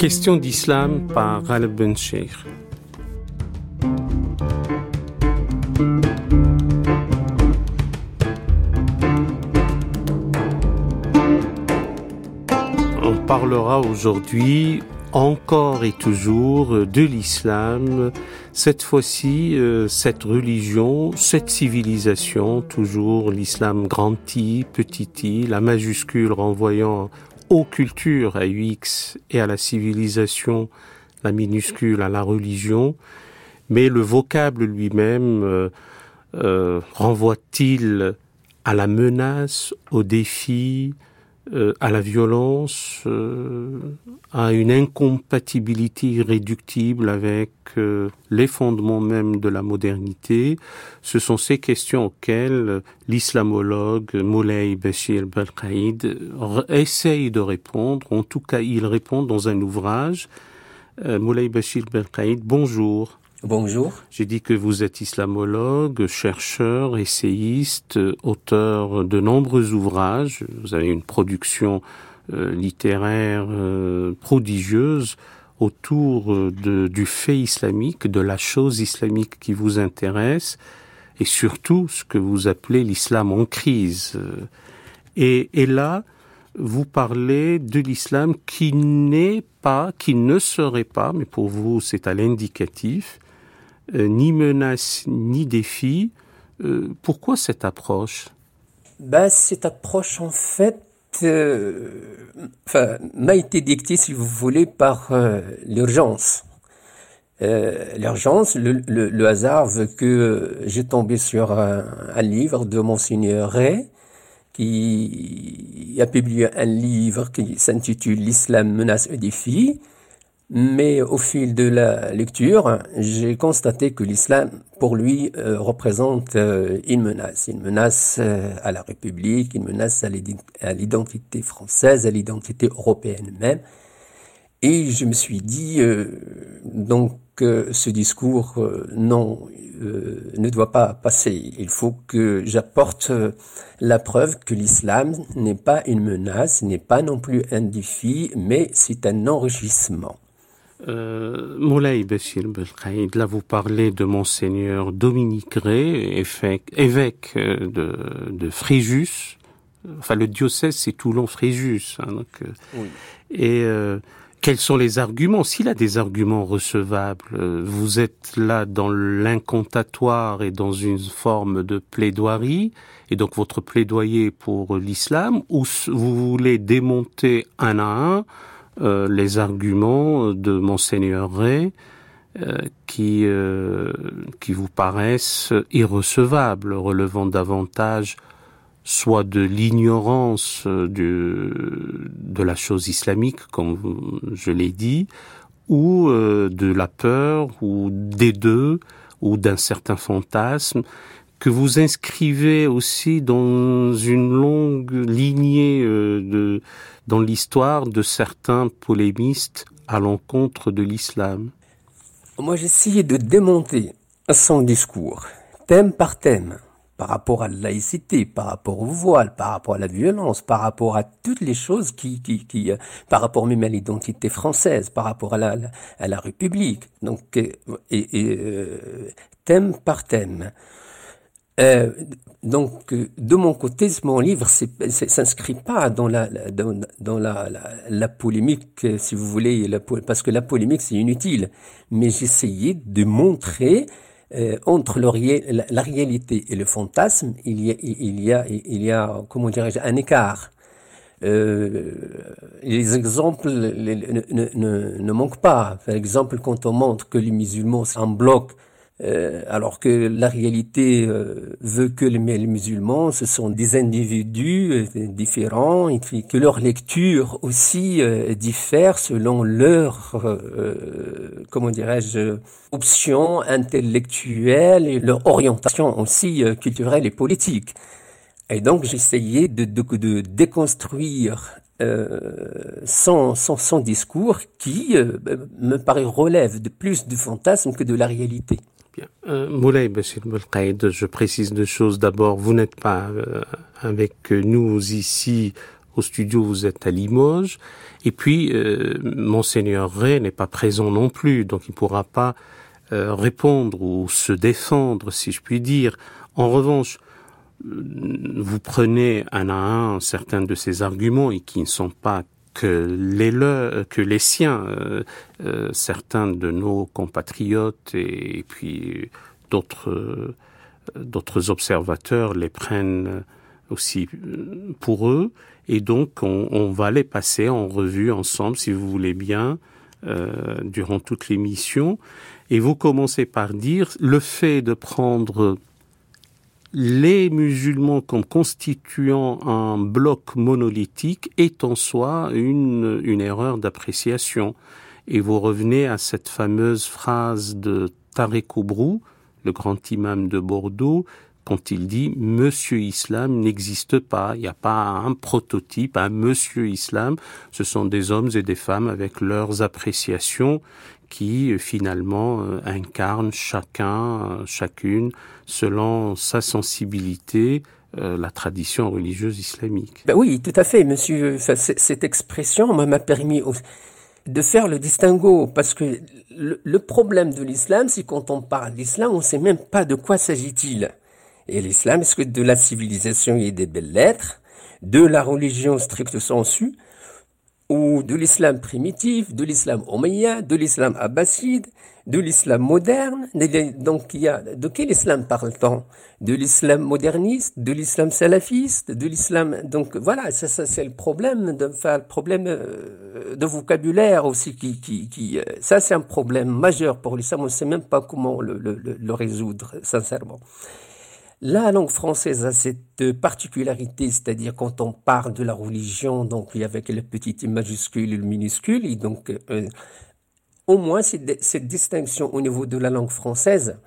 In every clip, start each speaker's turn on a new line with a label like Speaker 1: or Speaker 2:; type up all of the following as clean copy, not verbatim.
Speaker 1: Question d'islam par Ghaleb Bencheikh. On parlera aujourd'hui encore et toujours de l'islam, cette fois-ci, cette religion, cette civilisation, toujours l'islam grand I, petit I, la majuscule renvoyant aux cultures, à UX et à la civilisation, la minuscule à la religion, mais le vocable lui-même renvoie-t-il à la menace, au défi, à la violence, à une incompatibilité irréductible avec les fondements même de la modernité. Ce sont ces questions auxquelles l'islamologue Moulay Bachir Belkaïd essaye de répondre. En tout cas, il répond dans un ouvrage. Moulay Bachir Belkaïd, bonjour.
Speaker 2: Bonjour.
Speaker 1: J'ai dit que vous êtes islamologue, chercheur, essayiste, auteur de nombreux ouvrages. Vous avez une production littéraire prodigieuse autour du fait islamique, de la chose islamique qui vous intéresse, et surtout ce que vous appelez l'islam en crise. Et là, vous parlez de l'islam qui n'est pas, qui ne serait pas, mais pour vous c'est à l'indicatif, ni menace ni défi. Pourquoi cette approche ?
Speaker 2: Cette approche, en fait, m'a été dictée, si vous voulez, par l'urgence. L'urgence, le hasard veut que j'ai tombé sur un livre de Monseigneur Ray, qui a publié un livre qui s'intitule « L'islam, menace et défi ». Mais au fil de la lecture, j'ai constaté que l'islam, pour lui, représente une menace à la République, une menace à l'identité française, à l'identité européenne même. Et je me suis dit, ce discours, ne doit pas passer. Il faut que j'apporte la preuve que l'islam n'est pas une menace, n'est pas non plus un défi, mais c'est un enrichissement.
Speaker 1: Moulay Bachir Belkaïd, là vous parlez de Monseigneur Dominique Ray, évêque de Fréjus. Enfin, le diocèse c'est Toulon-Fréjus. Oui. Et quels sont les arguments ? S'il a des arguments recevables, vous êtes là dans l'incantatoire et dans une forme de plaidoirie, et donc votre plaidoyer pour l'islam, ou vous voulez démonter un à un les arguments de Monseigneur Ray qui vous paraissent irrecevables, relevant davantage soit de l'ignorance de la chose islamique, comme je l'ai dit, ou de la peur, ou des deux, ou d'un certain fantasme, que vous inscrivez aussi dans une longue lignée dans l'histoire de certains polémistes à l'encontre de l'islam.
Speaker 2: Moi, j'essayais de démonter son discours, thème par thème, par rapport à la laïcité, par rapport au voile, par rapport à la violence, par rapport à toutes les choses par rapport même à l'identité française, par rapport à la République. Donc, thème par thème. De mon côté, mon livre s'inscrit pas dans la polémique, si vous voulez, parce que la polémique c'est inutile. Mais j'essayais de montrer entre la réalité et le fantasme, il y a comment dirais-je, un écart. Les exemples ne manquent pas. Par exemple, quand on montre que les musulmans c'est un bloc, alors que la réalité veut que les musulmans, ce sont des individus différents, et que leur lecture aussi diffère selon leur, options intellectuelles et leur orientation aussi culturelle et politique. Et donc j'essayais de déconstruire son discours qui me paraît relève de plus du fantasme que de la réalité.
Speaker 1: Moulay Bachir Belkaïd, je précise deux choses. D'abord, vous n'êtes pas avec nous ici au studio, vous êtes à Limoges. Et puis, Monseigneur Ray n'est pas présent non plus, donc il ne pourra pas répondre ou se défendre, si je puis dire. En revanche, vous prenez un à un certains de ces arguments et qui ne sont pas que les siens. Certains de nos compatriotes et puis d'autres observateurs les prennent aussi pour eux. Et donc, on va les passer en revue ensemble, si vous voulez bien, durant toute l'émission. Et vous commencez par dire le fait de prendre les musulmans comme constituant un bloc monolithique est en soi une erreur d'appréciation. Et vous revenez à cette fameuse phrase de Tarek Oubrou, le grand imam de Bordeaux, quand il dit « Monsieur Islam n'existe pas », il n'y a pas un prototype, un Monsieur Islam, ce sont des hommes et des femmes avec leurs appréciations qui finalement incarnent chacune, selon sa sensibilité, la tradition religieuse islamique.
Speaker 2: Ben oui, tout à fait, monsieur. Enfin, cette expression m'a permis de faire le distinguo, parce que le problème de l'islam, c'est quand on parle d'islam, on ne sait même pas de quoi s'agit-il. Et l'islam, est-ce que de la civilisation et des belles lettres, de la religion stricte sensu, ou de l'islam primitif, de l'islam omeyyade, de l'islam abbasside, de l'islam moderne. Donc de quel islam parle-t-on? De l'islam moderniste, de l'islam salafiste, de l'islam. Donc voilà, ça c'est le problème de vocabulaire aussi ça c'est un problème majeur pour l'islam. On ne sait même pas comment le résoudre, sincèrement. La langue française a cette particularité, c'est-à-dire quand on parle de la religion, donc avec le petit i majuscule et le minuscule, et donc au moins cette distinction au niveau de la langue française,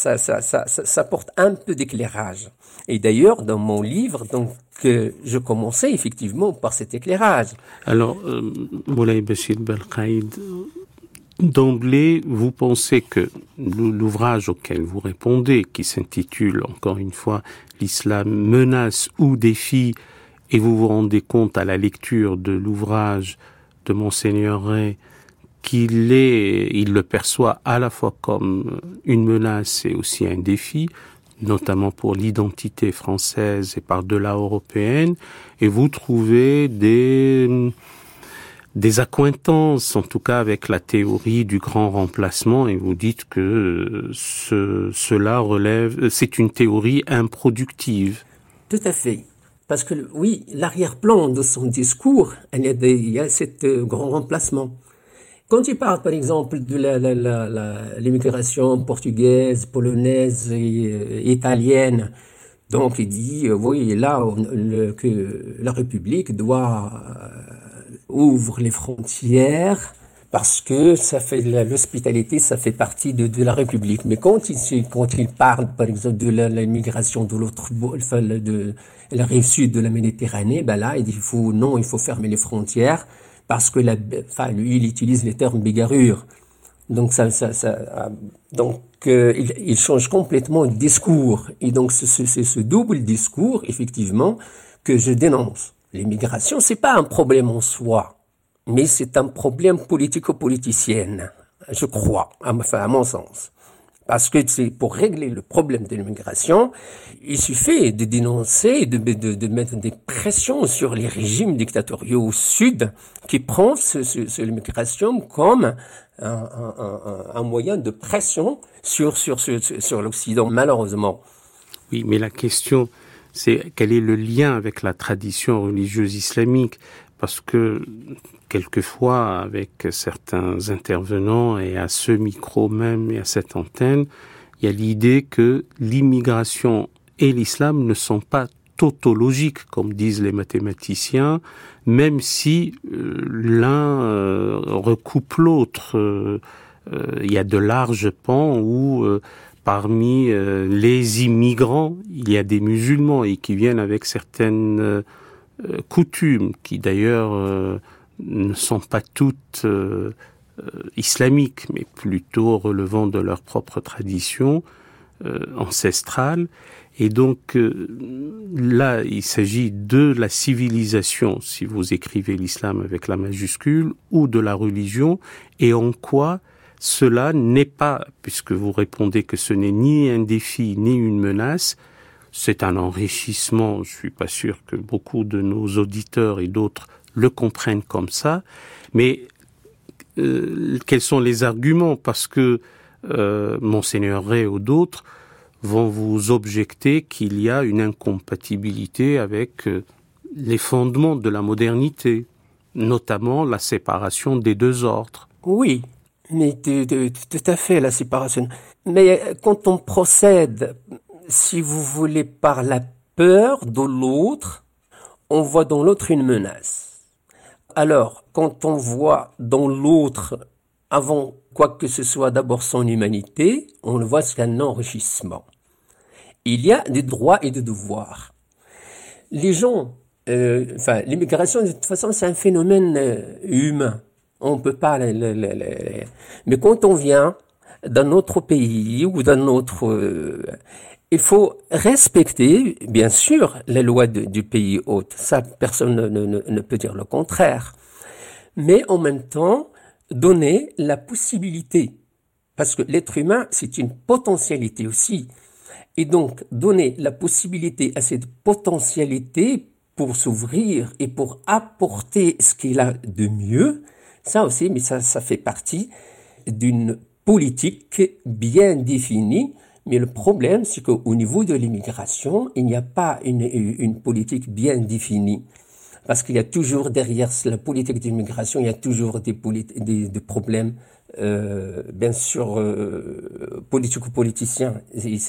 Speaker 2: ça porte un peu d'éclairage. Et d'ailleurs, dans mon livre, donc je commençais effectivement par cet éclairage.
Speaker 1: Alors, Moulay Béchir Belkaïd, d'emblée, vous pensez que l'ouvrage auquel vous répondez, qui s'intitule, encore une fois, « L'islam menace ou défie », et vous vous rendez compte à la lecture de l'ouvrage de Monseigneur Ray qu'il le perçoit à la fois comme une menace et aussi un défi, notamment pour l'identité française et par-delà européenne, et vous trouvez des accointances, en tout cas avec la théorie du grand remplacement, et vous dites que cela relève, c'est une théorie improductive.
Speaker 2: Tout à fait. Parce que, oui, l'arrière-plan de son discours, il y a cet grand remplacement. Quand il parle, par exemple, de l'immigration portugaise, polonaise et italienne, donc il dit, oui, là, que la République doit ouvre les frontières parce que ça fait l'hospitalité, ça fait partie de la République. Mais quand il parle, par exemple, de l'immigration de l'autre, de la rive sud de la Méditerranée, ben là, il dit, il faut fermer les frontières parce que lui, il utilise les termes bigarrure. Donc il change complètement de discours. Et donc, c'est ce double discours, effectivement, que je dénonce. L'immigration, c'est pas un problème en soi, mais c'est un problème politico-politicien, je crois, à mon sens. Parce que pour régler le problème de l'immigration, il suffit de dénoncer, de mettre des pressions sur les régimes dictatoriaux au Sud qui prennent l'immigration comme un moyen de pression sur l'Occident, malheureusement.
Speaker 1: Oui, mais la question, c'est quel est le lien avec la tradition religieuse islamique? Parce que quelquefois, avec certains intervenants et à ce micro même et à cette antenne, il y a l'idée que l'immigration et l'islam ne sont pas tautologiques, comme disent les mathématiciens, même si l'un recoupe l'autre. Il y a de larges pans où parmi les immigrants, il y a des musulmans et qui viennent avec certaines coutumes qui d'ailleurs ne sont pas toutes islamiques, mais plutôt relevant de leur propre tradition. ancestrale. Et donc là, il s'agit de la civilisation, si vous écrivez l'islam avec la majuscule, ou de la religion, et en quoi cela n'est pas, puisque vous répondez que ce n'est ni un défi ni une menace, c'est un enrichissement. Je suis pas sûr que beaucoup de nos auditeurs et d'autres le comprennent comme ça, mais quels sont les arguments? Parce que Monseigneur Ray ou d'autres vont vous objecter qu'il y a une incompatibilité avec les fondements de la modernité, notamment la séparation des deux ordres.
Speaker 2: Oui, mais tout à fait, la séparation. Mais quand on procède, si vous voulez, par la peur de l'autre, on voit dans l'autre une menace. Alors, quand on voit dans l'autre, avant quoi que ce soit, d'abord son humanité, on le voit c'est un enrichissement. Il y a des droits et des devoirs. Les gens, l'immigration, de toute façon, c'est un phénomène humain. On peut pas... Mais quand on vient d'un autre pays ou d'un autre... il faut respecter, bien sûr, les lois du pays hôte. Ça, personne ne peut dire le contraire. Mais en même temps, donner la possibilité. Parce que l'être humain, c'est une potentialité aussi. Et donc, donner la possibilité à cette potentialité pour s'ouvrir et pour apporter ce qu'il a de mieux, ça aussi, mais ça fait partie d'une politique bien définie. Mais le problème, c'est qu'au niveau de l'immigration, il n'y a pas une politique bien définie. Parce qu'il y a toujours derrière la politique d'immigration, il y a toujours des problèmes, bien sûr, politico-politiciens.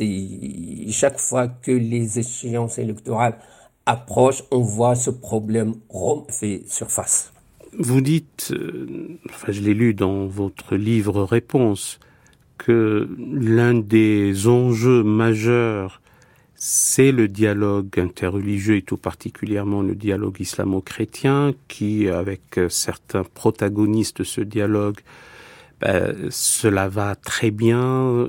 Speaker 2: Chaque fois que les échéances électorales approchent, on voit ce problème fait surface.
Speaker 1: Vous dites, je l'ai lu dans votre livre Réponse, que l'un des enjeux majeurs, c'est le dialogue interreligieux et tout particulièrement le dialogue islamo-chrétien qui, avec certains protagonistes de ce dialogue, cela va très bien,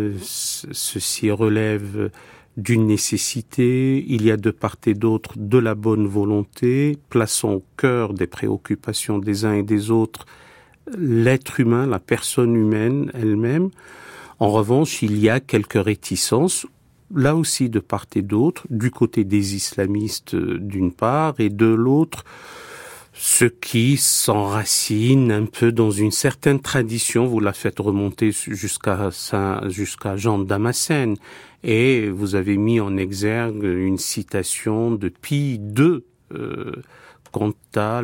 Speaker 1: ceci relève d'une nécessité, il y a de part et d'autre de la bonne volonté, plaçant au cœur des préoccupations des uns et des autres l'être humain, la personne humaine elle-même. En revanche, il y a quelques réticences, là aussi de part et d'autre, du côté des islamistes d'une part, et de l'autre, ceux qui s'enracinent un peu dans une certaine tradition. Vous la faites remonter jusqu'à Jean de Damascène, et vous avez mis en exergue une citation de Pie II quant à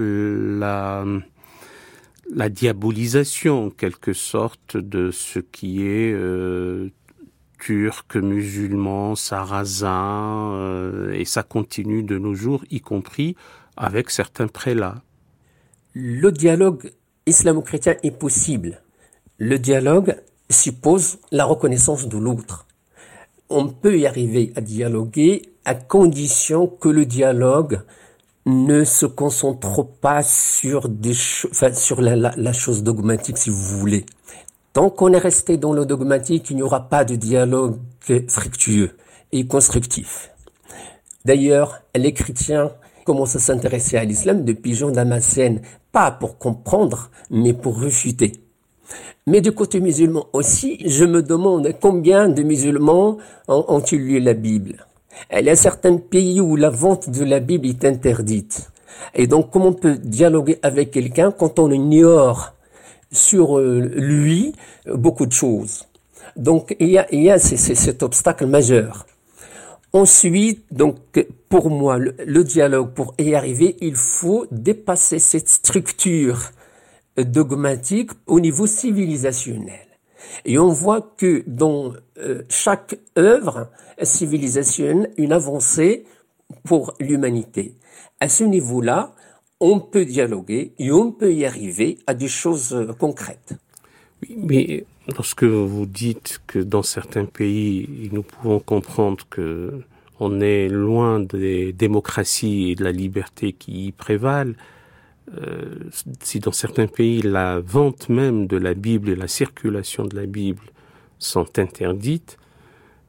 Speaker 1: la diabolisation, en quelque sorte, de ce qui est turc, musulman, sarrasin, et ça continue de nos jours, y compris avec certains prélats.
Speaker 2: Le dialogue islamo-chrétien est possible. Le dialogue suppose la reconnaissance de l'autre. On peut y arriver à dialoguer à condition que le dialogue ne se concentre pas sur sur la chose dogmatique, si vous voulez. Tant qu'on est resté dans le dogmatique, il n'y aura pas de dialogue fructueux et constructif. D'ailleurs, les chrétiens commencent à s'intéresser à l'islam depuis Jean de Damascène, pas pour comprendre, mais pour refuter. Mais du côté musulman aussi, je me demande combien de musulmans ont-ils lu la Bible. Il y a certains pays où la vente de la Bible est interdite. Et donc, comment on peut dialoguer avec quelqu'un quand on ignore sur lui beaucoup de choses? Donc, il y a cet obstacle majeur. Ensuite, donc, pour moi, le dialogue, pour y arriver, il faut dépasser cette structure dogmatique au niveau civilisationnel. Et on voit que dans chaque œuvre civilisationnelle, une avancée pour l'humanité. À ce niveau-là, on peut dialoguer et on peut y arriver à des choses concrètes.
Speaker 1: Oui, mais lorsque vous dites que dans certains pays, nous pouvons comprendre que on est loin des démocraties et de la liberté qui y prévalent, si dans certains pays la vente même de la Bible et la circulation de la Bible sont interdites,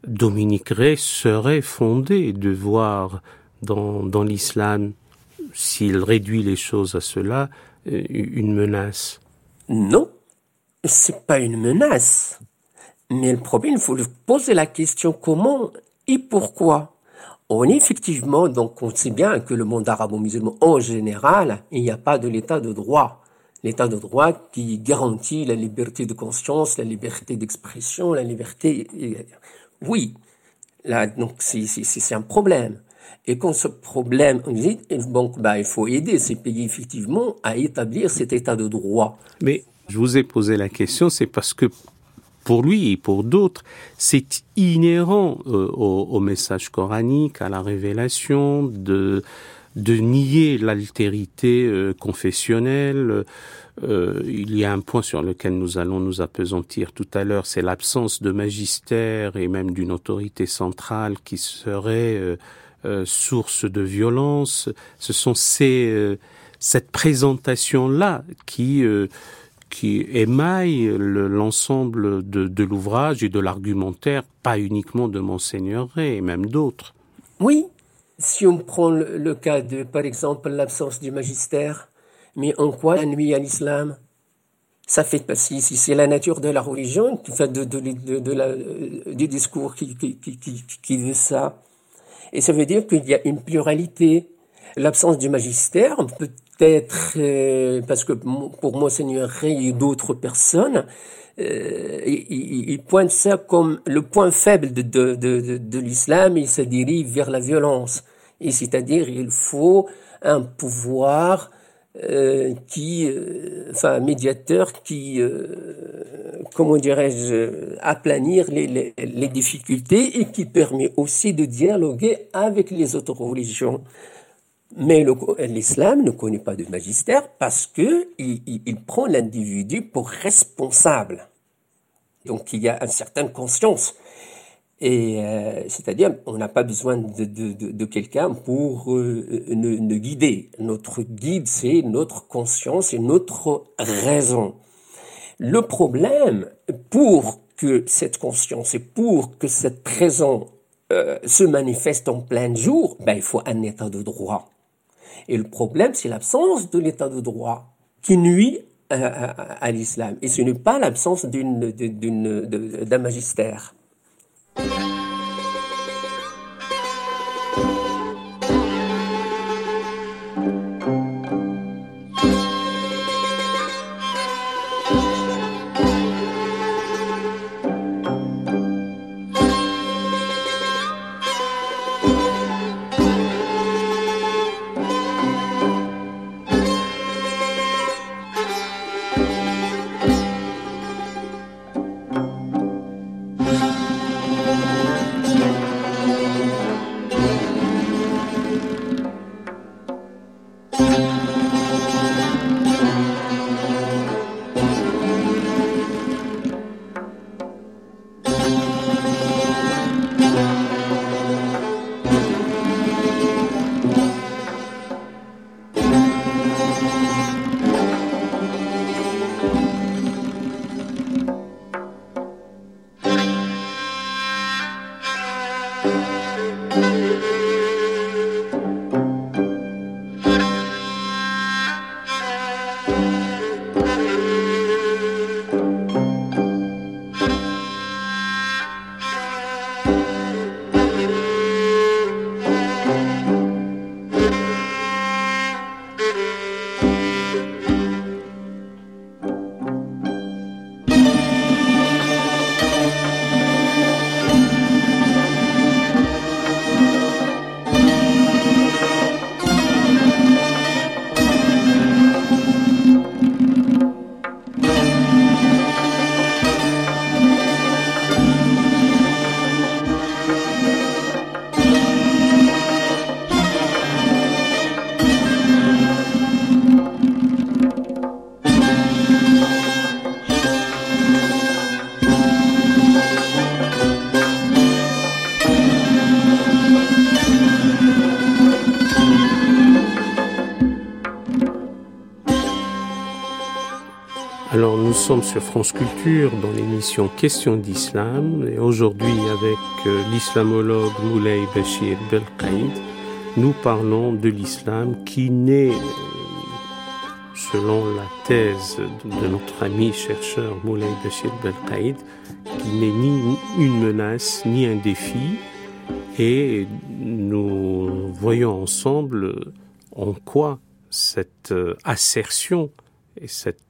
Speaker 1: Dominique Rey serait fondé de voir dans l'islam, s'il réduit les choses à cela, une menace.
Speaker 2: Non, c'est pas une menace. Mais le problème, il faut lui poser la question comment et pourquoi. On est effectivement, donc on sait bien que le monde arabo-musulman en général, il n'y a pas de l'état de droit. L'état de droit qui garantit la liberté de conscience, la liberté d'expression, la liberté... Oui, là, donc c'est un problème. Et quand ce problème existe, donc, il faut aider ces pays effectivement à établir cet état de droit.
Speaker 1: Mais je vous ai posé la question, c'est parce que pour lui et pour d'autres, c'est inhérent au message coranique, à la révélation, de nier l'altérité confessionnelle. Il y a un point sur lequel nous allons nous appesantir tout à l'heure, c'est l'absence de magistère et même d'une autorité centrale qui serait source de violence. Ce sont cette présentation-là qui émaille l'ensemble de l'ouvrage et de l'argumentaire, pas uniquement de Monseigneur Rey, et même d'autres.
Speaker 2: Oui, si on prend le cas de, par exemple, l'absence du magistère, mais en quoi ça nuit à l'islam? Ça fait pas si c'est la nature de la religion, du discours qui veut ça. Et ça veut dire qu'il y a une pluralité. L'absence du magistère, peut-être, parce que pour Monseigneur Rey et d'autres personnes, il pointe ça comme le point faible de l'islam et ça dérive vers la violence. Et c'est-à-dire, il faut un pouvoir médiateur qui, comment dirais-je, aplanir les difficultés et qui permet aussi de dialoguer avec les autres religions. Mais l'islam ne connaît pas de magistère parce que il prend l'individu pour responsable. Donc il y a une certaine conscience. Et c'est-à-dire, on n'a pas besoin de quelqu'un pour nous guider. Notre guide, c'est notre conscience et notre raison. Le problème, pour que cette conscience et pour que cette raison se manifeste en plein jour, il faut un état de droit. Et le problème, c'est l'absence de l'état de droit qui nuit à l'islam. Et ce n'est pas l'absence d'un magistère.
Speaker 1: sommes sur France Culture dans l'émission Questions d'Islam et aujourd'hui avec l'islamologue Moulay Bachir Belkaïd, nous parlons de l'islam qui n'est, selon la thèse de notre ami chercheur Moulay Bachir Belkaïd, qui n'est ni une menace ni un défi, et nous voyons ensemble en quoi cette assertion et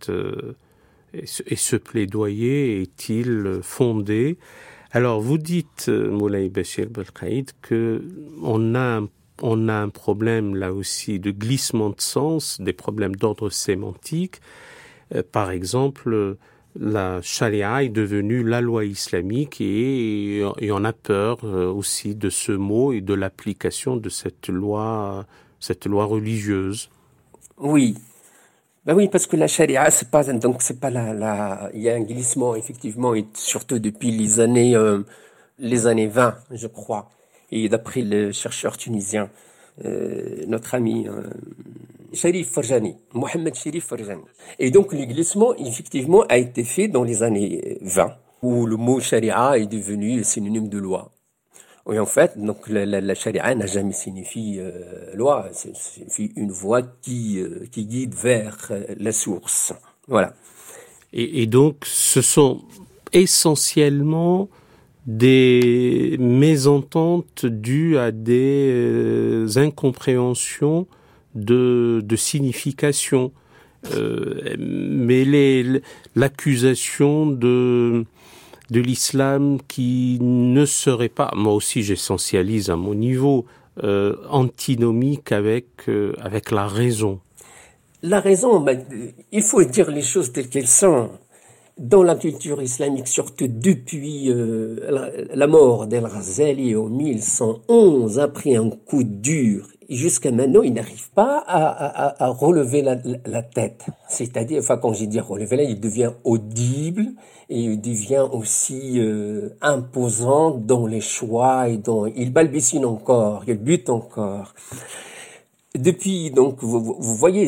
Speaker 1: ce plaidoyer est-il fondé. Alors vous dites, Moulay Bachir Belkaïd, qu'on a un problème là aussi de glissement de sens, des problèmes d'ordre sémantique. Par exemple, la charia est devenue la loi islamique et on a peur aussi de ce mot et de l'application de cette loi religieuse.
Speaker 2: Oui. Ben oui, parce que la charia, c'est pas il y a un glissement, effectivement, et surtout depuis les années 20, je crois. Et d'après le chercheur tunisien, notre ami, Cherif Farjani, Mohamed Cherif Farjani. Et donc, le glissement, effectivement, a été fait dans les années 20, où le mot charia est devenu synonyme de loi. Oui, en fait, donc la charia n'a jamais signifié loi, c'est signifie une voie qui guide vers la source. Voilà.
Speaker 1: Et donc, ce sont essentiellement des mésententes dues à des incompréhensions de signification. Mais l'accusation de l'islam qui ne serait pas, moi aussi j'essentialise à mon niveau, antinomique avec la raison.
Speaker 2: La raison, il faut dire les choses telles qu'elles sont. Dans la culture islamique, surtout depuis la mort d'El-Ghazali en 1111, a pris un coup dur. Et jusqu'à maintenant, il n'arrive pas à relever la tête. C'est-à-dire, enfin, quand j'ai dit relever, là, il devient audible et il devient aussi imposant dans les choix et il balbutie encore, il bute encore. Depuis, donc, vous voyez,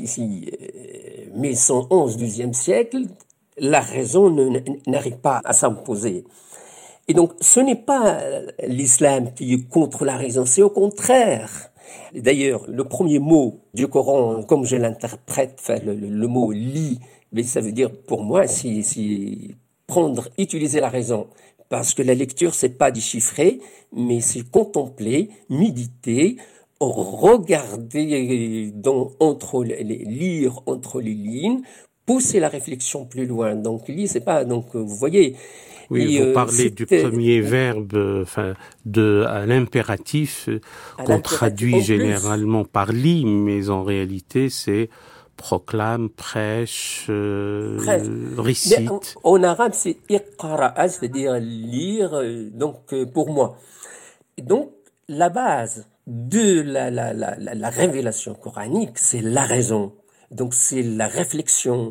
Speaker 2: 1111, XIIe siècle, la raison n'arrive pas à s'imposer. Et donc, ce n'est pas l'islam qui est contre la raison, c'est au contraire. D'ailleurs, le premier mot du Coran, comme je l'interprète, enfin, le mot « lit », mais ça veut dire, pour moi, c'est utiliser la raison. Parce que la lecture, c'est pas déchiffrer, mais c'est contempler, méditer, regarder lire entre les lignes, pousser la réflexion plus loin. Donc, lit, c'est pas, donc, vous voyez.
Speaker 1: Oui, vous parlez du premier verbe, à l'impératif, qu'on traduit généralement par lit, mais en réalité, c'est proclame, prêche, récite.
Speaker 2: En arabe, c'est iqra'a, c'est-à-dire lire, donc, pour moi. Donc, la base de la révélation coranique, c'est la raison. Donc, c'est la réflexion,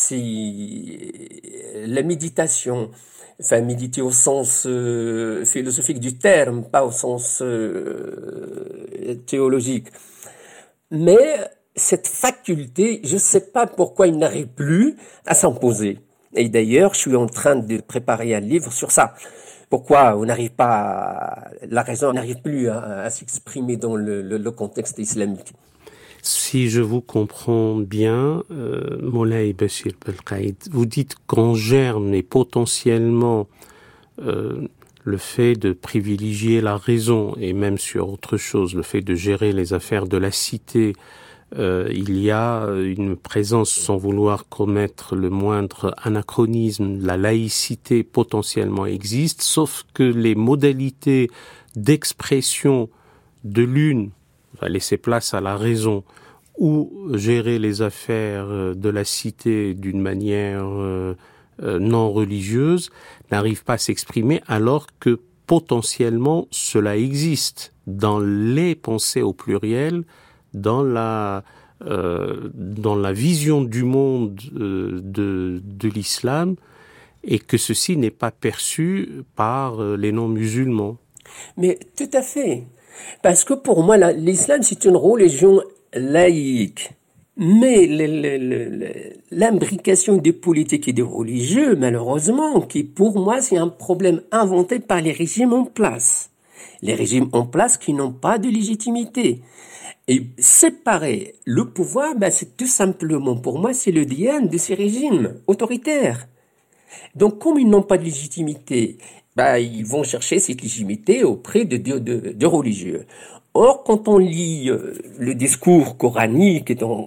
Speaker 2: c'est la méditation. Enfin, méditer au sens philosophique du terme, pas au sens théologique. Mais cette faculté, je ne sais pas pourquoi il n'arrive plus à s'imposer. Et d'ailleurs, je suis en train de préparer un livre sur ça. Pourquoi la raison n'arrive plus à s'exprimer dans le contexte islamique.
Speaker 1: Si je vous comprends bien, Moulay Bachir Belkaïd, vous dites qu'en germe et potentiellement le fait de privilégier la raison et même sur autre chose, le fait de gérer les affaires de la cité, il y a une présence, sans vouloir commettre le moindre anachronisme, la laïcité potentiellement existe, sauf que les modalités d'expression de l'une va laisser place à la raison ou gérer les affaires de la cité d'une manière non religieuse n'arrive pas à s'exprimer alors que potentiellement cela existe dans les pensées au pluriel, dans la vision du monde de l'islam et que ceci n'est pas perçu par les non-musulmans.
Speaker 2: Mais tout à fait. Parce que pour moi, l'islam, c'est une religion laïque. Mais l'imbrication des politiques et des religieux, malheureusement, qui pour moi c'est un problème inventé par les régimes en place. Les régimes en place qui n'ont pas de légitimité. Et séparer le pouvoir, c'est tout simplement, pour moi, c'est le lien de ces régimes autoritaires. Donc, comme ils n'ont pas de légitimité, ils vont chercher cette légitimité auprès de religieux. Or, quand on lit le discours coranique,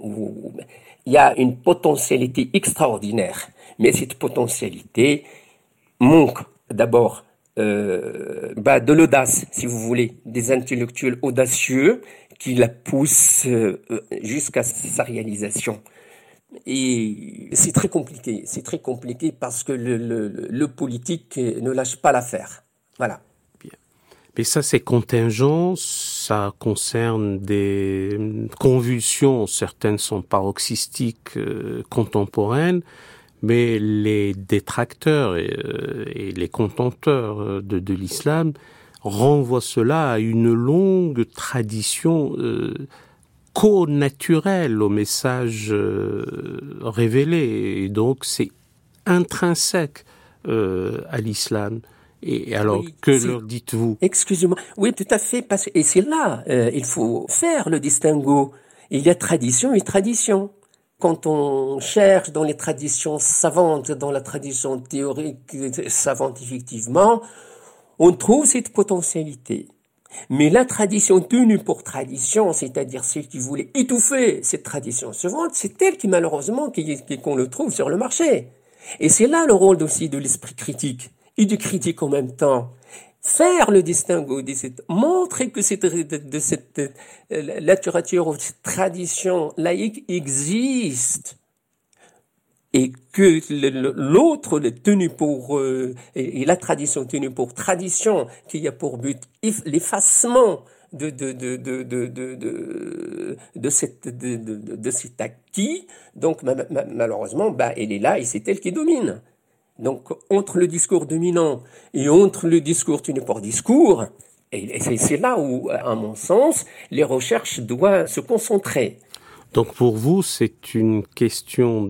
Speaker 2: il y a une potentialité extraordinaire. Mais cette potentialité manque d'abord de l'audace, si vous voulez, des intellectuels audacieux qui la poussent jusqu'à sa réalisation. Et c'est très compliqué parce que le politique ne lâche pas l'affaire. Voilà.
Speaker 1: Bien. Mais ça, c'est contingent, ça concerne des convulsions, certaines sont paroxystiques, contemporaines, mais les détracteurs et les contempteurs de l'islam renvoient cela à une longue tradition co-naturel au message révélé, et donc c'est intrinsèque à l'islam. Et alors, oui, que leur dites-vous?
Speaker 2: Excusez-moi. Oui, tout à fait. Et c'est là, il faut faire le distinguo. Il y a tradition et tradition. Quand on cherche dans les traditions savantes, dans la tradition théorique savante, effectivement, on trouve cette potentialité. Mais la tradition tenue pour tradition, c'est-à-dire celle qui voulait étouffer cette tradition savante, c'est elle qui, malheureusement, qu'on le trouve sur le marché. Et c'est là le rôle aussi de l'esprit critique et du critique en même temps. Faire le distinguo, montrer que cette littérature ou cette tradition laïque existe. Et que l'autre tenue pour et la tradition tenue pour tradition, qui a pour but l'effacement de cet acquis. Donc malheureusement, elle est là et c'est elle qui domine. Donc entre le discours dominant et entre le discours tenu pour discours, et c'est là où, à mon sens, les recherches doivent se concentrer.
Speaker 1: Donc pour vous, c'est une question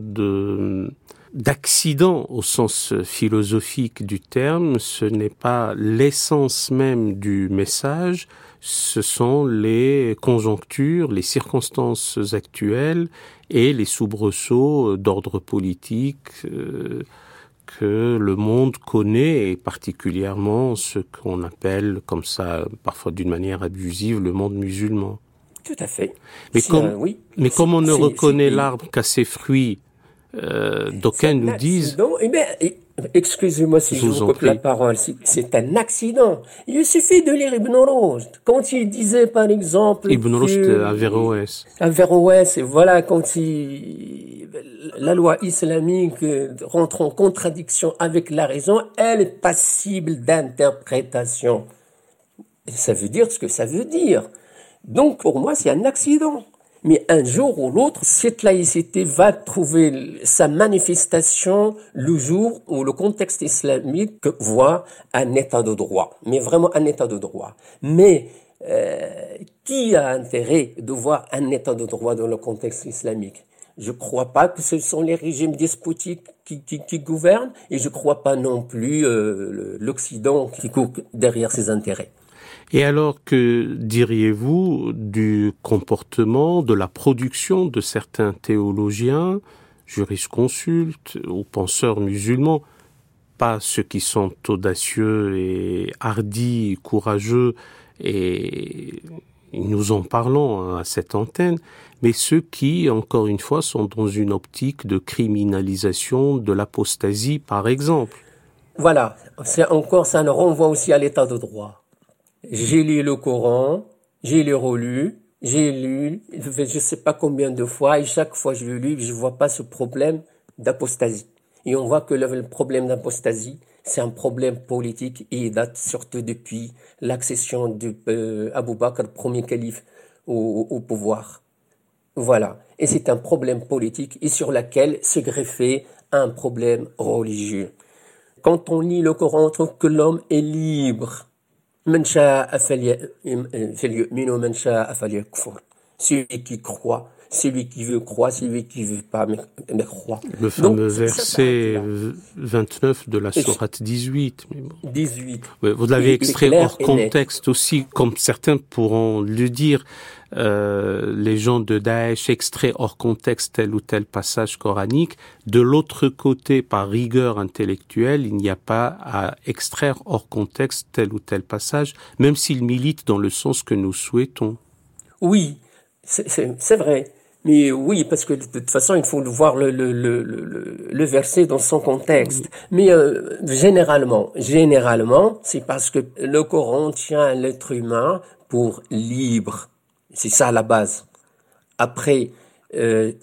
Speaker 1: d'accident au sens philosophique du terme. Ce n'est pas l'essence même du message, ce sont les conjonctures, les circonstances actuelles et les soubresauts d'ordre politique que le monde connaît, et particulièrement ce qu'on appelle, comme ça, parfois d'une manière abusive, le monde musulman.
Speaker 2: Tout à fait.
Speaker 1: Mais comme on ne reconnaît l'arbre qu'à ses fruits, d'aucuns nous disent...
Speaker 2: Excusez-moi si je vous coupe la parole, c'est un accident. Il suffit de lire Ibn Rushd. Quand il disait, par exemple...
Speaker 1: Ibn Rushd à Averroès.
Speaker 2: Averroès, et voilà, quand la loi islamique rentre en contradiction avec la raison, elle est passible d'interprétation. Et ça veut dire ce que ça veut dire. Donc, pour moi, c'est un accident. Mais un jour ou l'autre, cette laïcité va trouver sa manifestation le jour où le contexte islamique voit un état de droit. Mais vraiment un état de droit. Mais qui a intérêt de voir un état de droit dans le contexte islamique? Je ne crois pas que ce sont les régimes despotiques qui gouvernent, et je ne crois pas non plus l'Occident qui court derrière ses intérêts.
Speaker 1: Et alors, que diriez-vous du comportement, de la production de certains théologiens, jurisconsultes ou penseurs musulmans, pas ceux qui sont audacieux et hardis, courageux, et nous en parlons à cette antenne, mais ceux qui, encore une fois, sont dans une optique de criminalisation de l'apostasie, par exemple.
Speaker 2: Voilà, ça nous renvoie aussi à l'état de droit. J'ai lu le Coran, j'ai le relu, j'ai lu, je sais pas combien de fois, et chaque fois que je le lis, je vois pas ce problème d'apostasie. Et on voit que le problème d'apostasie, c'est un problème politique, et il date surtout depuis l'accession d'Abou Bakr, premier calife, au pouvoir. Voilà. Et c'est un problème politique, et sur lequel se greffait un problème religieux. Quand on lit le Coran, on trouve que l'homme est libre. Celui qui croit Celui qui veut croit, celui qui veut pas mais croit.
Speaker 1: Le fameux verset 29 de la sourate 18. Mais bon.
Speaker 2: 18.
Speaker 1: Oui, vous l'avez extrait hors contexte aussi, comme certains pourront le dire. Les gens de Daesh extraient hors contexte tel ou tel passage coranique. De l'autre côté, par rigueur intellectuelle, il n'y a pas à extraire hors contexte tel ou tel passage, même s'il milite dans le sens que nous souhaitons.
Speaker 2: Oui, c'est vrai. Mais oui, parce que de toute façon, il faut voir le verset dans son contexte. Mais généralement, c'est parce que le Coran tient l'être humain pour libre. C'est ça la base. Après, il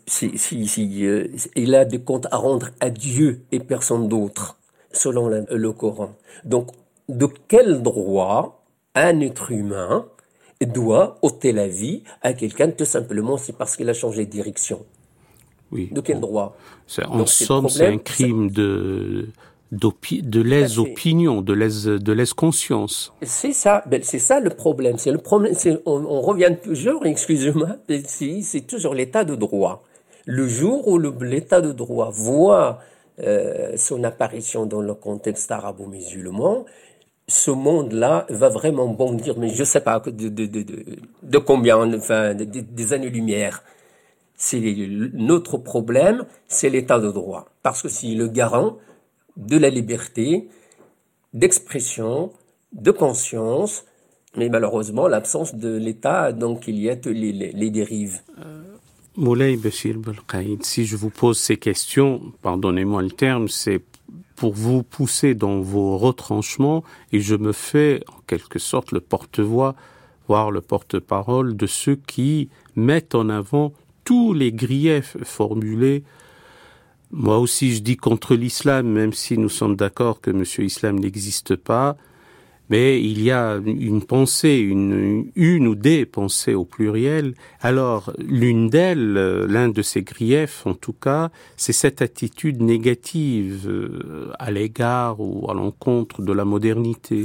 Speaker 2: a des comptes à rendre à Dieu et personne d'autre, selon le Coran. Donc, de quel droit un être humain doit ôter la vie à quelqu'un tout simplement c'est parce qu'il a changé de direction?
Speaker 1: Oui.
Speaker 2: De quel droit?
Speaker 1: En somme, c'est un crime de lèse-opinion, de lèse-conscience.
Speaker 2: C'est ça le problème. On revient toujours, excusez-moi, c'est toujours l'état de droit. Le jour où l'état de droit voit son apparition dans le contexte arabo-musulman, ce monde-là va vraiment bondir, mais je sais pas de combien, enfin, des années-lumière. Notre problème, c'est l'état de droit. Parce que c'est le garant de la liberté, d'expression, de conscience, mais malheureusement, l'absence de l'État, donc il y a les dérives.
Speaker 1: Moulay Béchir Belkaïd, si je vous pose ces questions, pardonnez-moi le terme, c'est pour vous pousser dans vos retranchements, et je me fais en quelque sorte le porte-voix, voire le porte-parole de ceux qui mettent en avant tous les griefs formulés. Moi aussi, je dis contre l'islam, même si nous sommes d'accord que Monsieur Islam n'existe pas, mais il y a une pensée, une ou des pensées au pluriel. Alors, l'une d'elles, l'un de ces griefs, en tout cas, c'est cette attitude négative à l'égard ou à l'encontre de la modernité.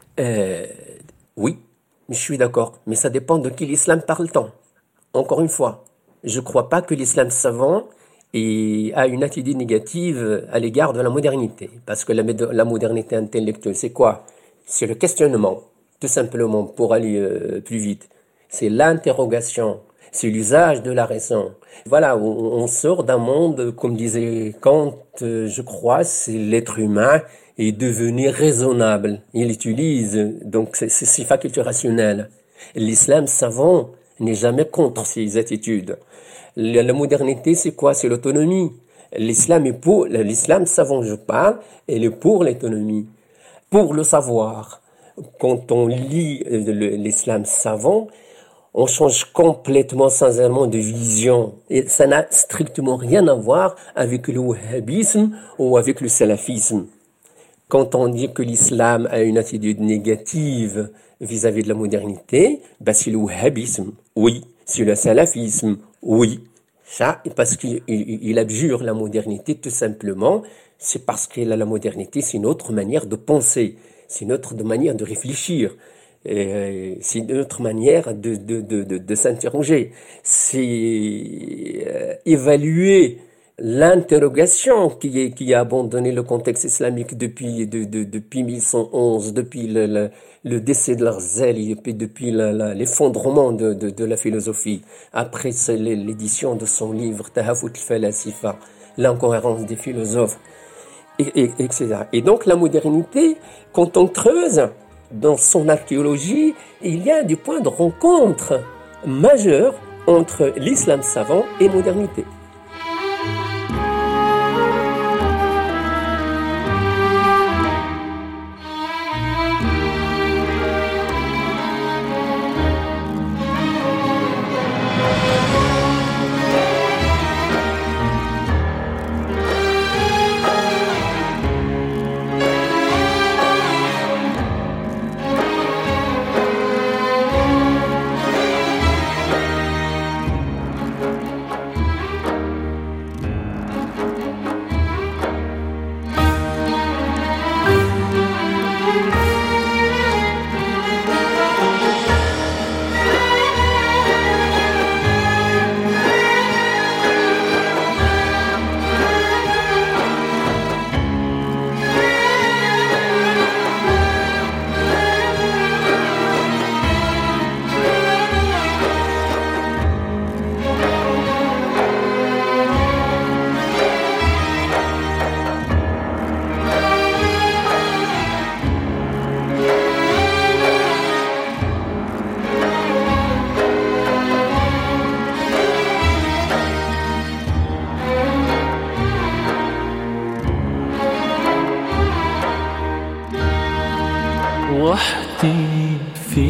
Speaker 2: Oui, je suis d'accord, mais ça dépend de qui l'islam parle-t-on. Encore une fois, je ne crois pas que l'islam savant a une attitude négative à l'égard de la modernité. Parce que la modernité intellectuelle, c'est quoi? C'est le questionnement, tout simplement, pour aller plus vite. C'est l'interrogation, c'est l'usage de la raison. Voilà, on sort d'un monde, comme disait Kant, je crois, c'est l'être humain est devenu raisonnable. Il utilise donc ses facultés rationnelles. L'islam savant n'est jamais contre ces attitudes. La modernité, c'est quoi? C'est l'autonomie. L'islam savant, je parle, elle est pour l'autonomie, pour le savoir. Quand on lit l'islam savant, on change complètement, sincèrement, de vision. Et ça n'a strictement rien à voir avec le wahhabisme ou avec le salafisme. Quand on dit que l'islam a une attitude négative vis-à-vis de la modernité, c'est le wahhabisme, oui. C'est le salafisme, oui. Ça, parce qu'il abjure la modernité, tout simplement. C'est parce que la modernité, c'est une autre manière de penser. C'est une autre manière de réfléchir. C'est une autre manière de s'interroger. C'est évaluer l'interrogation qui a abandonné le contexte islamique depuis 1111, depuis le décès de Larzali, depuis l'effondrement de la philosophie, après l'édition de son livre Tahafut al-Falasifa, l'incohérence des philosophes, etc. Et donc la modernité, quand on creuse dans son archéologie, il y a des points de rencontre majeurs entre l'islam savant et modernité.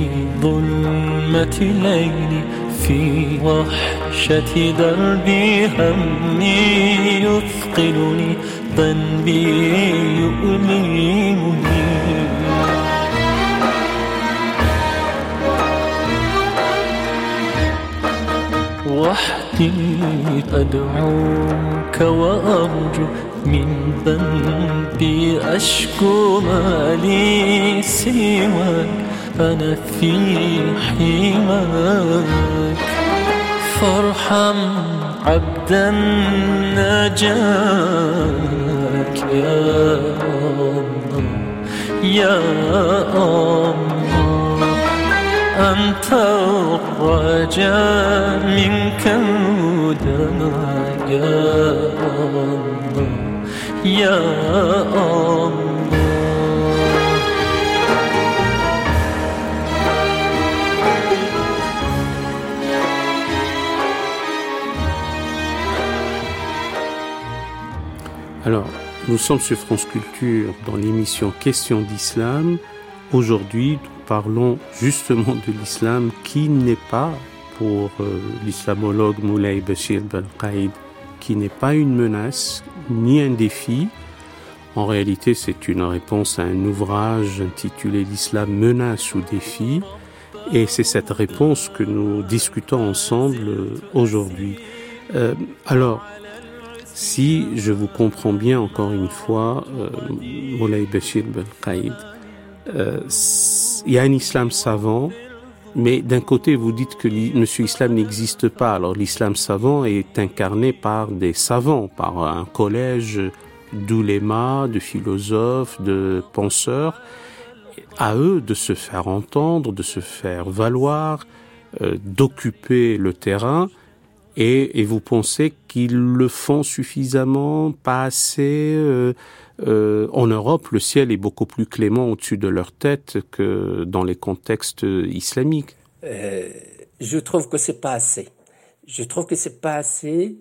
Speaker 3: ظلمة الليل في وحشة دربي همي يثقلني ذنبي يؤلمني وحدي أدعوك وأرجو من ذنبي أشكو ما لي سواك أنا في حماك فارحم عبدا نجاك يا الله يا الله أنت الرجاء منك هداك يا الله يا الله.
Speaker 1: Alors, nous sommes sur France Culture dans l'émission Questions d'Islam. Aujourd'hui, nous parlons justement de l'islam qui n'est pas, pour l'islamologue Moulay Bachir Belkaïd, qui n'est pas une menace ni un défi. En réalité, c'est une réponse à un ouvrage intitulé L'islam menace ou défi. Et c'est cette réponse que nous discutons ensemble aujourd'hui. Alors, si je vous comprends bien encore une fois, Moulay Bachir Belkaïd, il y a un islam savant, mais d'un côté vous dites que Monsieur Islam n'existe pas. Alors l'islam savant est incarné par des savants, par un collège d'oulémas, de philosophes, de penseurs. À eux de se faire entendre, de se faire valoir, d'occuper le terrain. Et vous pensez qu'ils le font suffisamment, pas assez en Europe, le ciel est beaucoup plus clément au-dessus de leur tête que dans les contextes islamiques.
Speaker 2: Je trouve que c'est pas assez. Je trouve que c'est pas assez.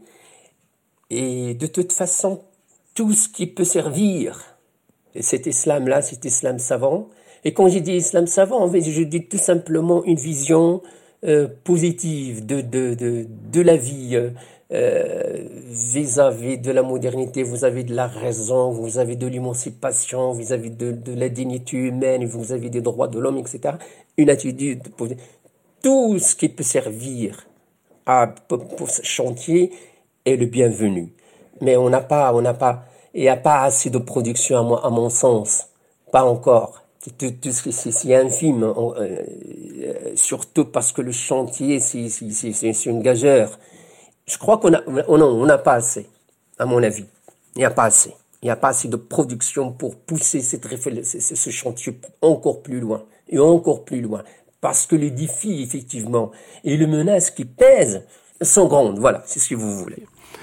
Speaker 2: Et de toute façon, tout ce qui peut servir cet islam-là, cet islam savant. Et quand je dis islam savant, en fait, je dis tout simplement une vision positive de la vie vis-à-vis de la modernité. Vous avez de la raison, vous avez de l'émancipation, vous avez de la dignité humaine, vous avez des droits de l'homme, etc. Une attitude positive. Tout ce qui peut servir pour ce chantier est le bienvenu. Mais il n'y a pas assez de production à mon sens. Pas encore. C'est infime, surtout parce que le chantier, c'est une gageure. Je crois qu'on n'a pas assez, à mon avis. Il n'y a pas assez. Il n'y a pas assez de production pour pousser ce chantier encore plus loin. Et encore plus loin. Parce que les défis, effectivement, et les menaces qui pèsent sont grandes. Voilà, c'est ce que vous voulez.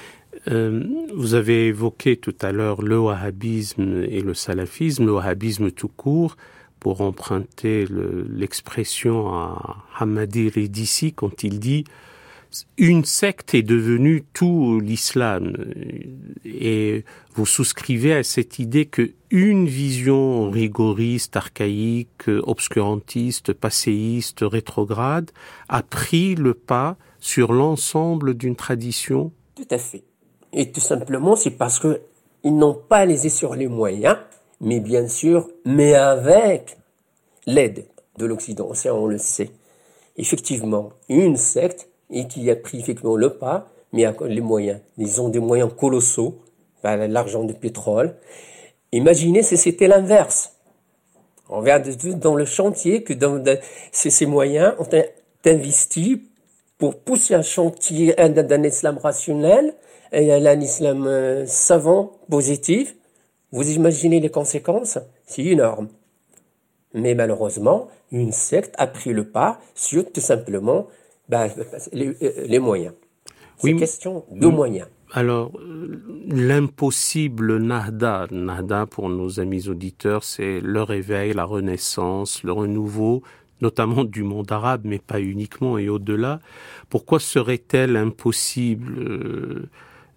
Speaker 1: Vous avez évoqué tout à l'heure le wahhabisme et le salafisme, le wahhabisme tout court, pour emprunter l'expression à Hamadi Redissi quand il dit « une secte est devenue tout l'islam ». Et vous souscrivez à cette idée qu'une vision rigoriste, archaïque, obscurantiste, passéiste, rétrograde a pris le pas sur l'ensemble d'une tradition.
Speaker 2: Tout à fait. Et tout simplement, c'est parce que ils n'ont pas les yeux sur les moyens, mais bien sûr, mais avec l'aide de l'Occident. Ça, on le sait. Effectivement, une secte et qui a pris effectivement le pas, mais les moyens. Ils ont des moyens colossaux, l'argent du pétrole. Imaginez si c'était l'inverse. On verra dans le chantier que ces moyens ont investi pour pousser un chantier d'un islam rationnel et un islam savant, positif. Vous imaginez les conséquences? C'est énorme. Mais malheureusement, une secte a pris le pas sur tout simplement les moyens. C'est une question de moyens.
Speaker 1: Alors, l'impossible Nahda pour nos amis auditeurs, c'est le réveil, la renaissance, le renouveau, notamment du monde arabe, mais pas uniquement et au-delà. Pourquoi serait-elle impossible?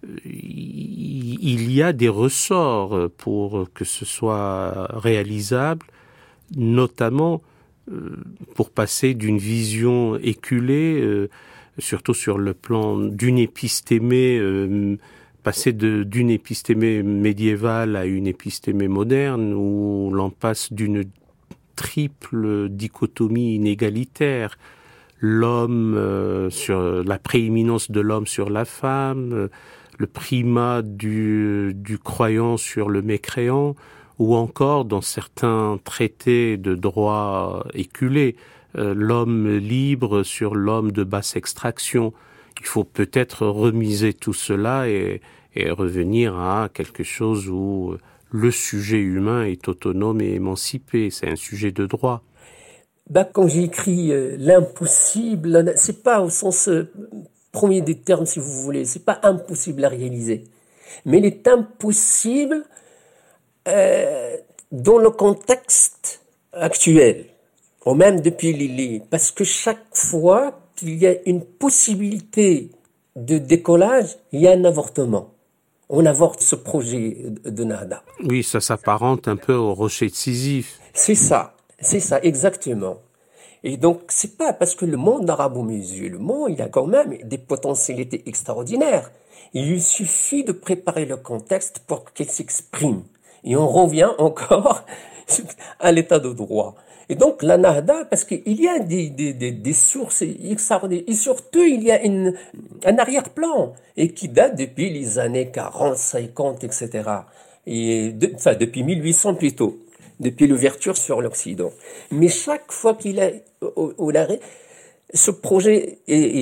Speaker 1: Il y a des ressorts pour que ce soit réalisable, notamment pour passer d'une vision éculée, surtout sur le plan d'une épistémée, passer d'une épistémée médiévale à une épistémée moderne, où l'on passe d'une triple dichotomie inégalitaire, l'homme sur la prééminence de l'homme sur la femme, le primat du croyant sur le mécréant, ou encore dans certains traités de droit éculé, l'homme libre sur l'homme de basse extraction. Il faut peut-être remiser tout cela et revenir à quelque chose où le sujet humain est autonome et émancipé. C'est un sujet de droit.
Speaker 2: Quand j'écris l'impossible, c'est pas au sens premier des termes, si vous voulez. C'est pas impossible à réaliser. Mais il est impossible dans le contexte actuel, ou même depuis Lili, parce que chaque fois qu'il y a une possibilité de décollage, il y a un avortement. On avorte ce projet de Nahda.
Speaker 1: Oui, ça s'apparente un peu au rocher de Sisyphe.
Speaker 2: C'est ça, exactement. Et donc, c'est pas parce que le monde arabo-musulman, il a quand même des potentialités extraordinaires. Il lui suffit de préparer le contexte pour qu'il s'exprime. Et on revient encore à l'état de droit. Et donc, la Nahda, parce qu'il y a des sources extraordinaires, et surtout, il y a un arrière-plan, et qui date depuis les années 40, 50, etc. Depuis 1800 plutôt, depuis l'ouverture sur l'Occident. Mais chaque fois qu'il a, ce projet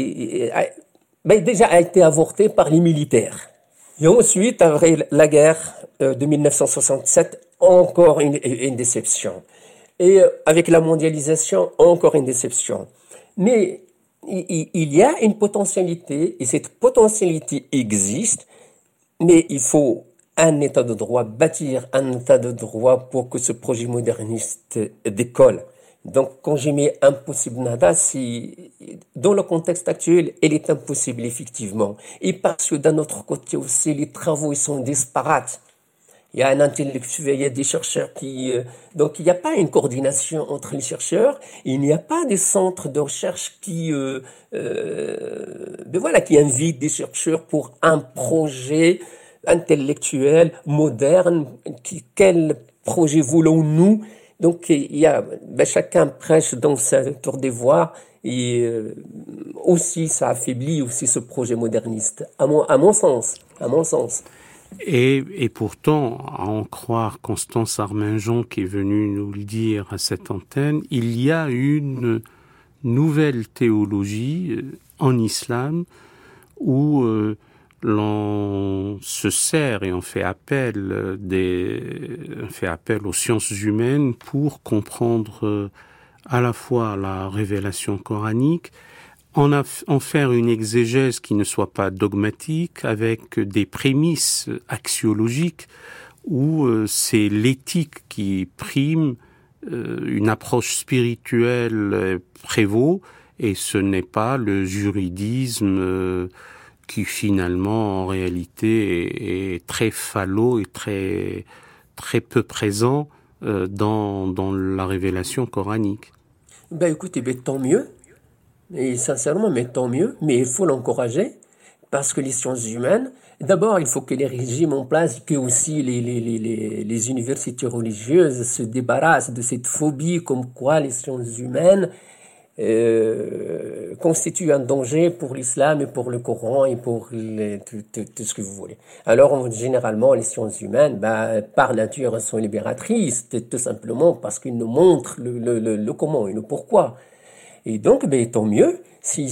Speaker 2: déjà a été avorté par les militaires. Et ensuite, après la guerre de 1967, encore une déception. Et avec la mondialisation, encore une déception. Mais il y a une potentialité, et cette potentialité existe, mais il faut un état de droit, bâtir un état de droit pour que ce projet moderniste décolle. Donc, quand j'ai mis impossible Nahda, dans le contexte actuel, elle est impossible, effectivement. Et parce que d'un autre côté aussi, les travaux, ils sont disparates. Il y a un intellectuel, il y a des chercheurs donc il n'y a pas une coordination entre les chercheurs, il n'y a pas des centres de recherche qui invitent des chercheurs pour un projet intellectuel, moderne, quel projet voulons-nous? Donc chacun prêche dans sa tour d'ivoire et aussi ça affaiblit aussi ce projet moderniste, à mon sens.
Speaker 1: Et pourtant, à en croire Constance Arminjon qui est venue nous le dire à cette antenne, il y a une nouvelle théologie en islam où l'on se sert et on fait appel aux sciences humaines pour comprendre à la fois la révélation coranique, en faire une exégèse qui ne soit pas dogmatique, avec des prémices axiologiques où c'est l'éthique qui prime, une approche spirituelle prévaut, et ce n'est pas le juridisme qui finalement en réalité est très falot et très très peu présent dans la révélation coranique.
Speaker 2: Écoutez, tant mieux. Et sincèrement, mais tant mieux, mais il faut l'encourager, parce que les sciences humaines, d'abord, il faut que les régimes en place, que aussi les universités religieuses se débarrassent de cette phobie comme quoi les sciences humaines constituent un danger pour l'islam et pour le Coran et pour tout ce que vous voulez. Alors, généralement, les sciences humaines, par nature, sont libératrices, tout simplement parce qu'ils nous montrent le comment et le pourquoi. Et donc, tant mieux si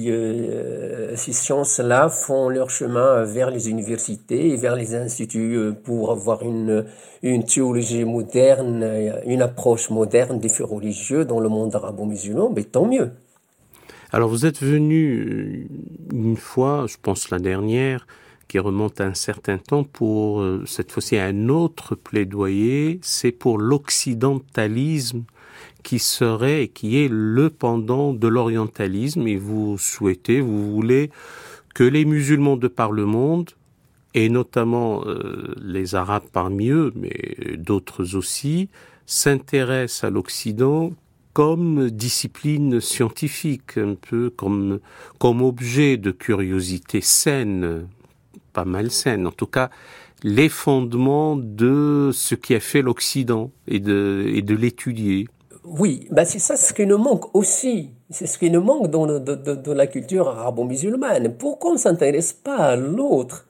Speaker 2: ces sciences-là font leur chemin vers les universités et vers les instituts pour avoir une théologie moderne, une approche moderne des faits religieux dans le monde arabo-musulman, tant mieux.
Speaker 1: Alors, vous êtes venu une fois, je pense la dernière, qui remonte à un certain temps, pour cette fois-ci un autre plaidoyer, c'est pour l'occidentalisme qui est le pendant de l'orientalisme, et vous voulez que les musulmans de par le monde, et notamment les Arabes parmi eux, mais d'autres aussi, s'intéressent à l'Occident comme discipline scientifique, un peu comme objet de curiosité saine, pas malsaine, en tout cas les fondements de ce qui a fait l'Occident et de l'étudier.
Speaker 2: Oui, c'est ça ce qui nous manque aussi. C'est ce qui nous manque dans la culture arabo-musulmane. Pourquoi on ne s'intéresse pas à l'autre?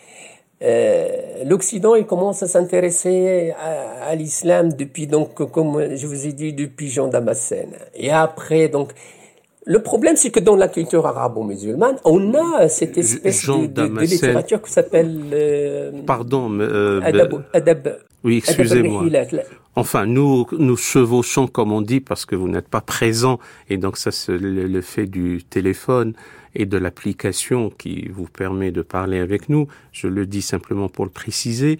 Speaker 2: L'Occident, il commence à s'intéresser à l'islam depuis, donc, comme je vous ai dit, depuis Jean Damascène. Et après, donc, le problème, c'est que dans la culture arabo-musulmane, on a cette espèce de littérature qui s'appelle...
Speaker 1: Adab. Oui, excusez-moi. Enfin, nous chevauchons, comme on dit, parce que vous n'êtes pas présent, et donc ça, c'est le fait du téléphone et de l'application qui vous permet de parler avec nous. Je le dis simplement pour le préciser.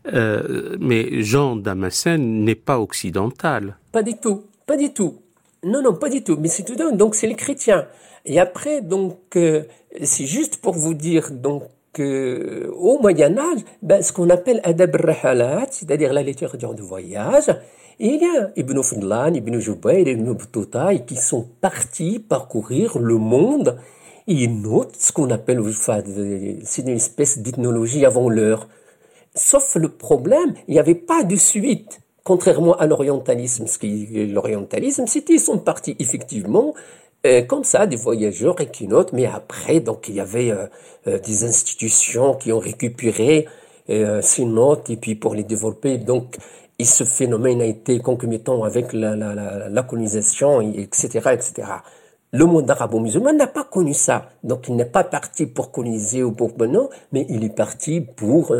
Speaker 1: Mais Jean Damascène n'est pas occidental.
Speaker 2: Pas du tout. Non, pas du tout. Mais c'est tout d'un. Donc, c'est les chrétiens. Et après, donc, c'est juste pour vous dire, donc, au Moyen-Âge, ce qu'on appelle Adab al-Rahalat, c'est-à-dire la littérature de voyage, il y a Ibn Fadlan, Ibn Jubayr, Ibn Battuta, qui sont partis parcourir le monde. Et ils notent ce qu'on appelle, c'est une espèce d'ethnologie avant l'heure. Sauf le problème, il n'y avait pas de suite. Contrairement à l'orientalisme, l'orientalisme, c'était, ils sont partis effectivement comme ça, des voyageurs et qui notent, mais après, donc, il y avait des institutions qui ont récupéré ces notes et puis pour les développer. Donc, et ce phénomène a été concomitant avec la colonisation, etc., etc. Le monde arabo-musulman n'a pas connu ça. Donc, il n'est pas parti pour coloniser ou pour... non, mais il est parti pour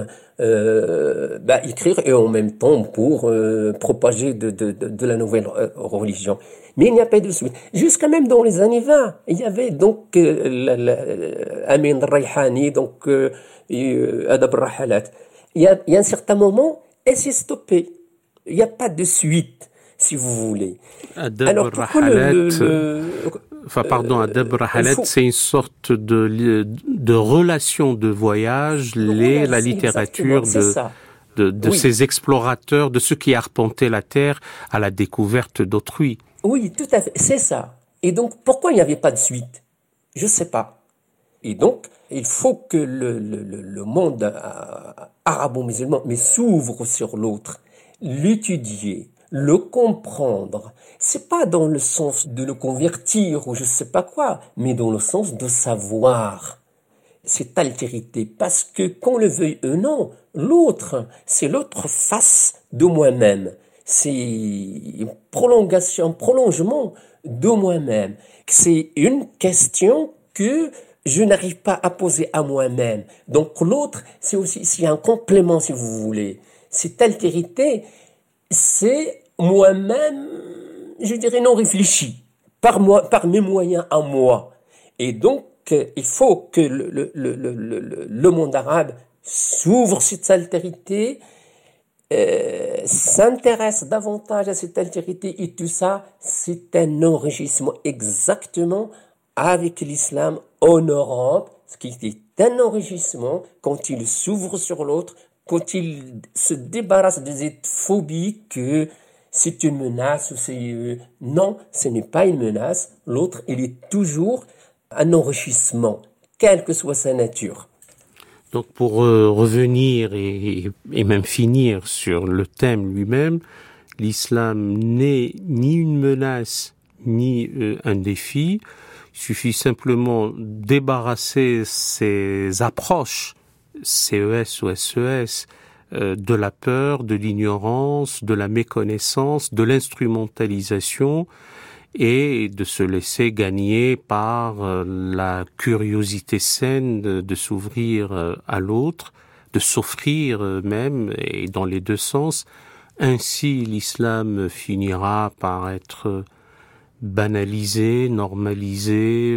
Speaker 2: écrire et en même temps pour propager de la nouvelle religion. Mais il n'y a pas de suite. Jusqu'à même dans les années 20, il y avait donc Amin Rayhani, donc Adab al-Rahalat. Il y a un certain moment, elle s'est stoppée. Il n'y a pas de suite, si vous voulez.
Speaker 1: Adab al-Rahalat... Adab al-Rahalat, c'est une sorte de relation de voyage, la littérature de ces explorateurs, de ceux qui arpentaient la terre à la découverte d'autrui.
Speaker 2: Oui, tout à fait, c'est ça. Et donc, pourquoi il n'y avait pas de suite? Je ne sais pas. Et donc, il faut que le monde arabo-musulman s'ouvre sur l'autre, l'étudier, le comprendre. C'est pas dans le sens de le convertir ou je sais pas quoi, mais dans le sens de savoir cette altérité. Parce que qu'on le veuille ou non, l'autre, c'est l'autre face de moi-même. C'est un prolongement de moi-même. C'est une question que je n'arrive pas à poser à moi-même. Donc l'autre, c'est un complément si vous voulez. Cette altérité, c'est moi-même, je dirais non réfléchi, par mes moyens à moi. Et donc, il faut que le monde arabe s'ouvre cette altérité, s'intéresse davantage à cette altérité et tout ça, c'est un enrichissement exactement avec l'islam en Europe, ce qui est un enrichissement quand il s'ouvre sur l'autre, quand il se débarrasse de cette phobie que c'est une menace, non, ce n'est pas une menace. L'autre, il est toujours un enrichissement, quelle que soit sa nature.
Speaker 1: Donc pour revenir et même finir sur le thème lui-même, l'islam n'est ni une menace ni un défi. Il suffit simplement débarrasser ces approches, CES ou SES, de la peur, de l'ignorance, de la méconnaissance, de l'instrumentalisation et de se laisser gagner par la curiosité saine de s'ouvrir à l'autre, de s'offrir même, et dans les deux sens. Ainsi, l'islam finira par être banalisé, normalisé,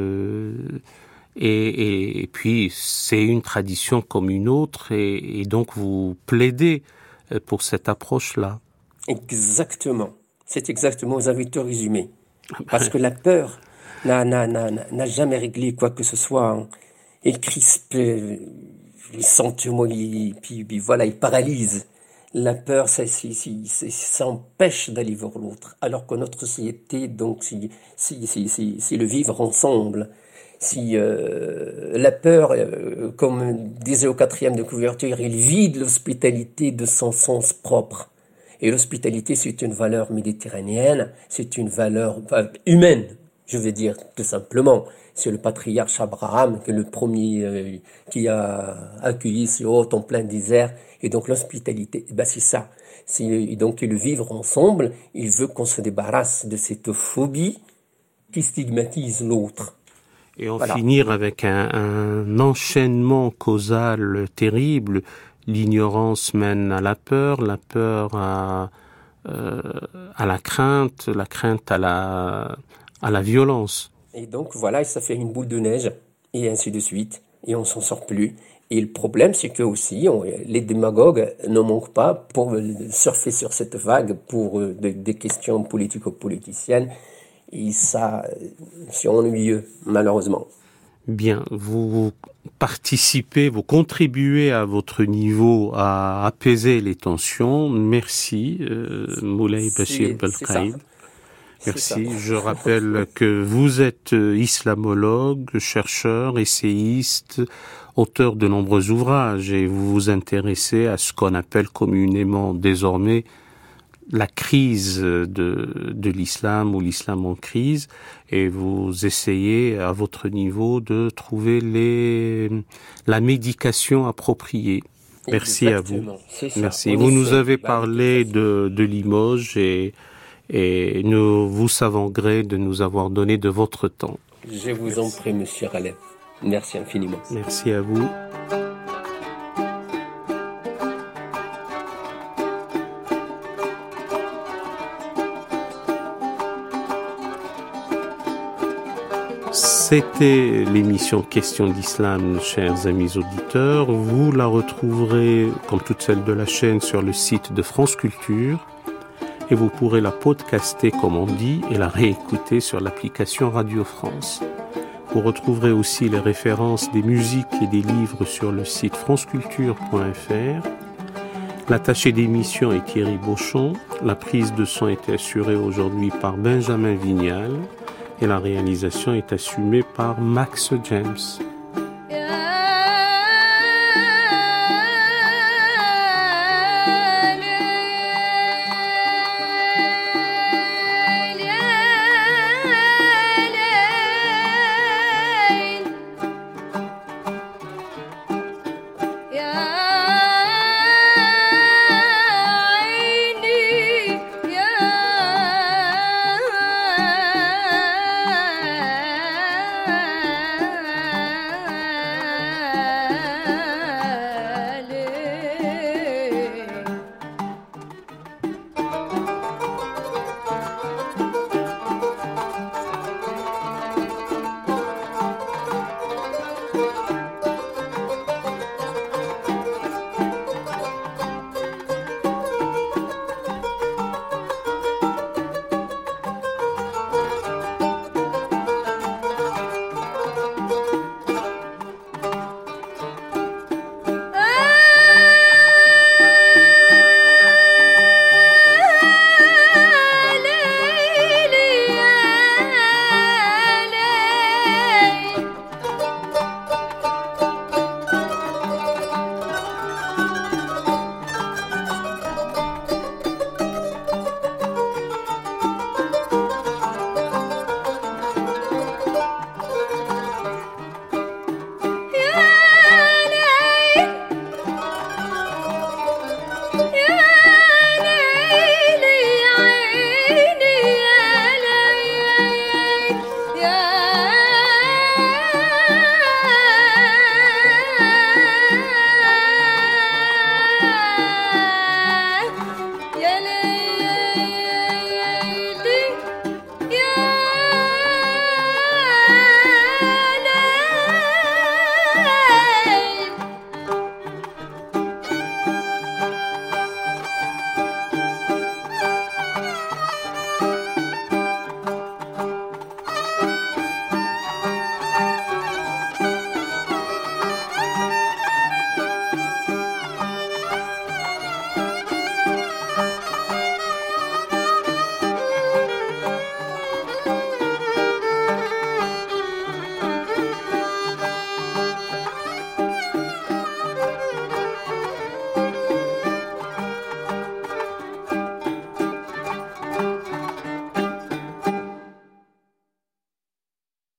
Speaker 1: et puis c'est une tradition comme une autre, et donc vous plaidez pour cette approche-là.
Speaker 2: Exactement. C'est exactement, vous avez tout résumé. Parce que la peur n'a jamais réglé quoi que ce soit. Elle crispe les sentiments, puis voilà, il paralyse La peur, ça empêche d'aller vers l'autre. Alors que notre société, donc, si le vivre ensemble, si la peur, comme disait au 4e de couverture, il vide l'hospitalité de son sens propre. Et l'hospitalité, c'est une valeur méditerranéenne, c'est une valeur humaine, je vais dire tout simplement. C'est le patriarche Abraham qui est le premier qui a accueilli ce hôte en plein désert. Et donc l'hospitalité, c'est ça. Donc le vivre ensemble, il veut qu'on se débarrasse de cette phobie qui stigmatise l'autre.
Speaker 1: Et en finir avec un enchaînement causal terrible. L'ignorance mène à la peur à la crainte à la violence.
Speaker 2: Et donc voilà, ça fait une boule de neige, et ainsi de suite, et on s'en sort plus. Et le problème, c'est que aussi, les démagogues ne manquent pas pour surfer sur cette vague pour des questions politico-politiciennes, et ça, c'est ennuyeux, malheureusement.
Speaker 1: Bien, vous participez, vous contribuez à votre niveau à apaiser les tensions. Merci, Moulay Bachir Belkaïd. Merci. Je rappelle que vous êtes islamologue, chercheur, essayiste, auteur de nombreux ouvrages et vous vous intéressez à ce qu'on appelle communément désormais la crise de l'islam ou l'islam en crise, et vous essayez à votre niveau de trouver la médication appropriée. Merci. Exactement. À vous. Merci. Vous nous avez parlé de Limoges et nous vous savons gré de nous avoir donné de votre temps.
Speaker 2: Je vous en prie, monsieur Ralem. Merci infiniment.
Speaker 1: Merci à vous. C'était l'émission Questions d'Islam, chers amis auditeurs. Vous la retrouverez, comme toutes celles de la chaîne, sur le site de France Culture. Et vous pourrez la podcaster, comme on dit, et la réécouter sur l'application Radio France. Vous retrouverez aussi les références des musiques et des livres sur le site franceculture.fr. L'attaché d'émission est Thierry Beauchamp. La prise de son était assurée aujourd'hui par Benjamin Vignal. Et la réalisation est assumée par Max James.